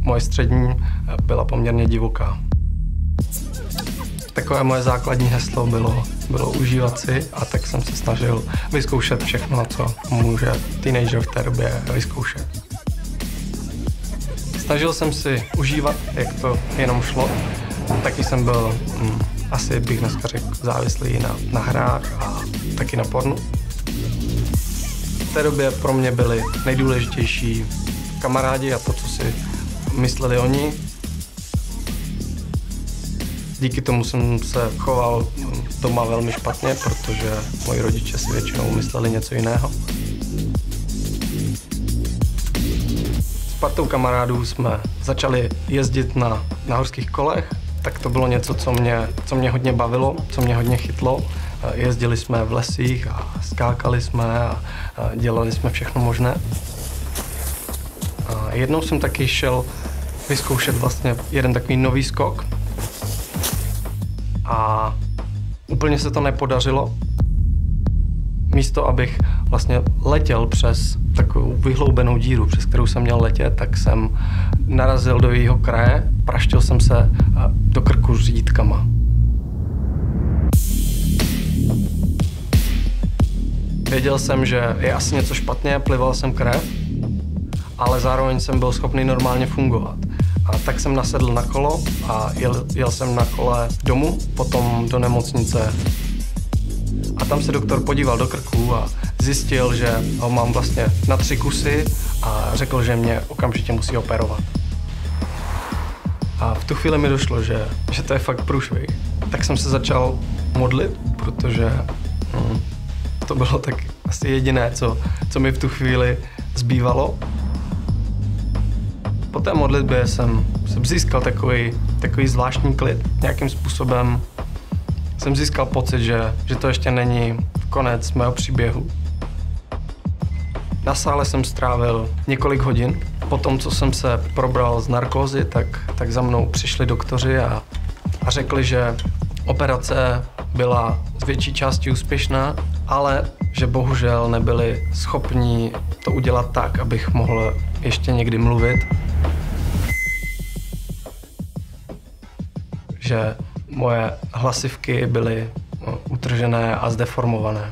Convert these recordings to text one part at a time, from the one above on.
moje střední byla poměrně divoká. Takové moje základní heslo bylo užívat si, a tak jsem se snažil vyzkoušet všechno, co může teenager v té době vyzkoušet. Snažil jsem si užívat, jak to jenom šlo. Taky jsem byl, asi bych dneska řekl, závislý na hrách a taky na pornu. V té době pro mě byli nejdůležitější kamarádi a to, co si mysleli oni. Díky tomu jsem se choval doma velmi špatně, protože moji rodiče si většinou mysleli něco jiného. S partou kamarádů jsme začali jezdit na horských kolech, tak to bylo něco, co mě hodně bavilo, co mě hodně chytlo. Jezdili jsme v lesích a skákali jsme a dělali jsme všechno možné. A jednou jsem taky šel vyzkoušet vlastně jeden takový nový skok a úplně se to nepodařilo. Místo, abych vlastně letěl přes takovou vyhloubenou díru, přes kterou jsem měl letět, tak jsem narazil do jejího kraje, praštil jsem se do krku řídkama. Věděl jsem, že je asi něco špatně, plival jsem krev, ale zároveň jsem byl schopný normálně fungovat. A tak jsem nasedl na kolo a jel jsem na kole domů, potom do nemocnice. A tam se doktor podíval do krku a zjistil, že ho mám vlastně na 3 kusy a řekl, že mě okamžitě musí operovat. A v tu chvíli mi došlo, že to je fakt průšvih. Tak jsem se začal modlit, protože to bylo tak asi jediné, co mi v tu chvíli zbývalo. Po té modlitbě jsem získal takový zvláštní klid. Nějakým způsobem jsem získal pocit, že to ještě není konec mého příběhu. Na sále jsem strávil několik hodin. Po tom, co jsem se probral z narkózy, tak za mnou přišli doktoři a řekli, že operace byla z větší části úspěšná, ale že bohužel nebyli schopni to udělat tak, abych mohl ještě někdy mluvit. Že moje hlasivky byly utržené a zdeformované.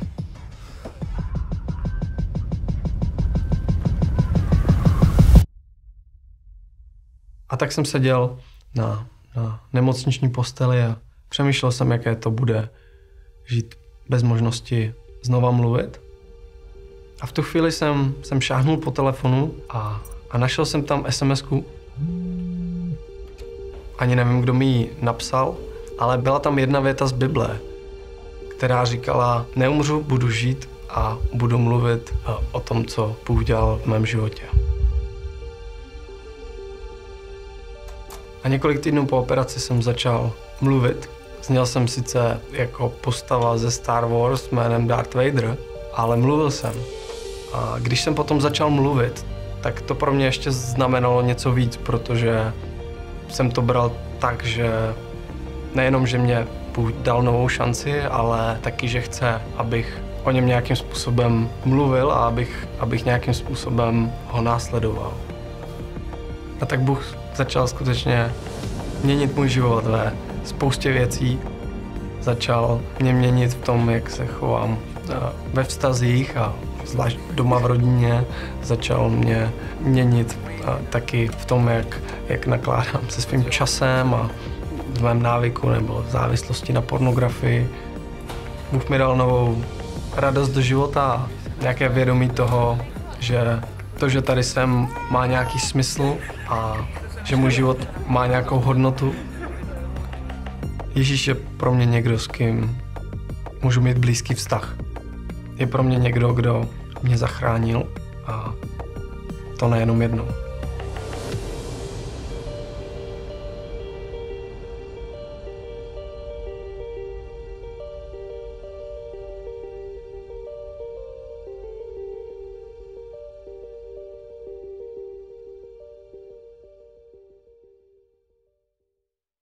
A tak jsem seděl na nemocniční posteli a přemýšlel jsem, jaké to bude žít bez možnosti znova mluvit. A v tu chvíli jsem šáhnul po telefonu a našel jsem tam SMS-ku. Ani nevím, kdo mi ji napsal, ale byla tam jedna věta z Bible, která říkala: neumřu, budu žít a budu mluvit o tom, co Bůh dělal v mém životě. A několik týdnů po operaci jsem začal mluvit. Zněl jsem sice jako postava ze Star Wars jménem Darth Vader, ale mluvil jsem. A když jsem potom začal mluvit, tak to pro mě ještě znamenalo něco víc, protože jsem to bral tak, že nejenom, že mě Bůh dal novou šanci, ale taky, že chce, abych o něm nějakým způsobem mluvil a abych nějakým způsobem ho následoval. A tak Bůh začal skutečně měnit můj život ve spoustě věcí. Začal mě měnit v tom, jak se chovám ve vztazích a zvlášť doma v rodině. Začal mě měnit taky v tom, jak nakládám se svým časem a v mém návyku nebo závislosti na pornografii. Bůh mi dal novou radost do života a nějaké vědomí toho, že to, že tady jsem, má nějaký smysl a že můj život má nějakou hodnotu. Ježíš je pro mě někdo, s kým můžu mít blízký vztah. Je pro mě někdo, kdo mě zachránil a to nejenom jednou.